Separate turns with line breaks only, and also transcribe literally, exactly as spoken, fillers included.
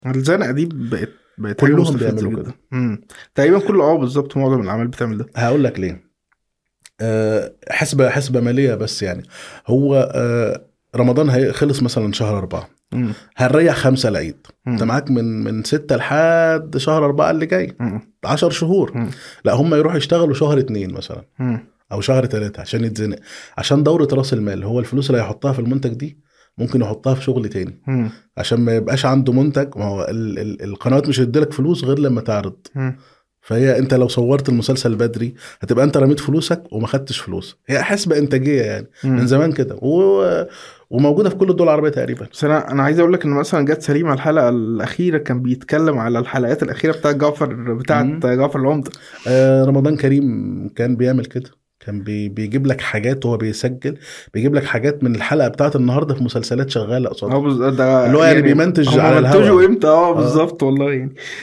الزنقه دي بقت بقت حاجه
كلهم
مستفزه
بيعملوا
جدا.
كده.
امم تقريبا كل اه بالظبط معظم الاعمال بتعمل ده.
هقول لك ليه. آه، حسبة حسبة مالية بس يعني. هو آه، رمضان هي- خلص مثلا شهر أربعة،
امم
هنريح خمسة العيد. انت
امم
معاك من من ستة لحد شهر أربعة اللي جاي،
امم
عشر شهور. لا هم يروحوا يشتغلوا شهر اتنين مثلا
امم
أو شهر تلاتة عشان يتزنق، عشان دورة رأس المال. هو الفلوس اللي هيحطها في المنتج دي ممكن يحطها في شغل تاني،
امم
عشان ما يبقاش عنده منتج. ما هو ال ال القنوات مش هتديلك فلوس غير لما تعرض.
امم
فهي انت لو صورت المسلسل بدري هتبقى انت رميت فلوسك وما خدتش فلوس. هي حسبة انتاجية يعني، من
امم
زمان كده و... وموجودة في كل الدول العربية تقريبا.
بس انا انا عايز اقول لك ان مثلا جت سليم على الحلقه الاخيره كان بيتكلم على الحلقات الاخيره بتاعت جعفر بتاعت
مم.
جعفر العمدة.
آه رمضان كريم كان بيعمل كده. كان بي... بيجيب لك حاجات وهو بيسجل، بيجيب لك حاجات من الحلقة بتاعت النهاردة في مسلسلات شغالة
اه
قصادها.
بز- ده
اللي هو يعني
يعني
بيمنتج
هما
على
منتجوا
الهوا.
امتى؟ اه
اه
بالظبط والله يعني.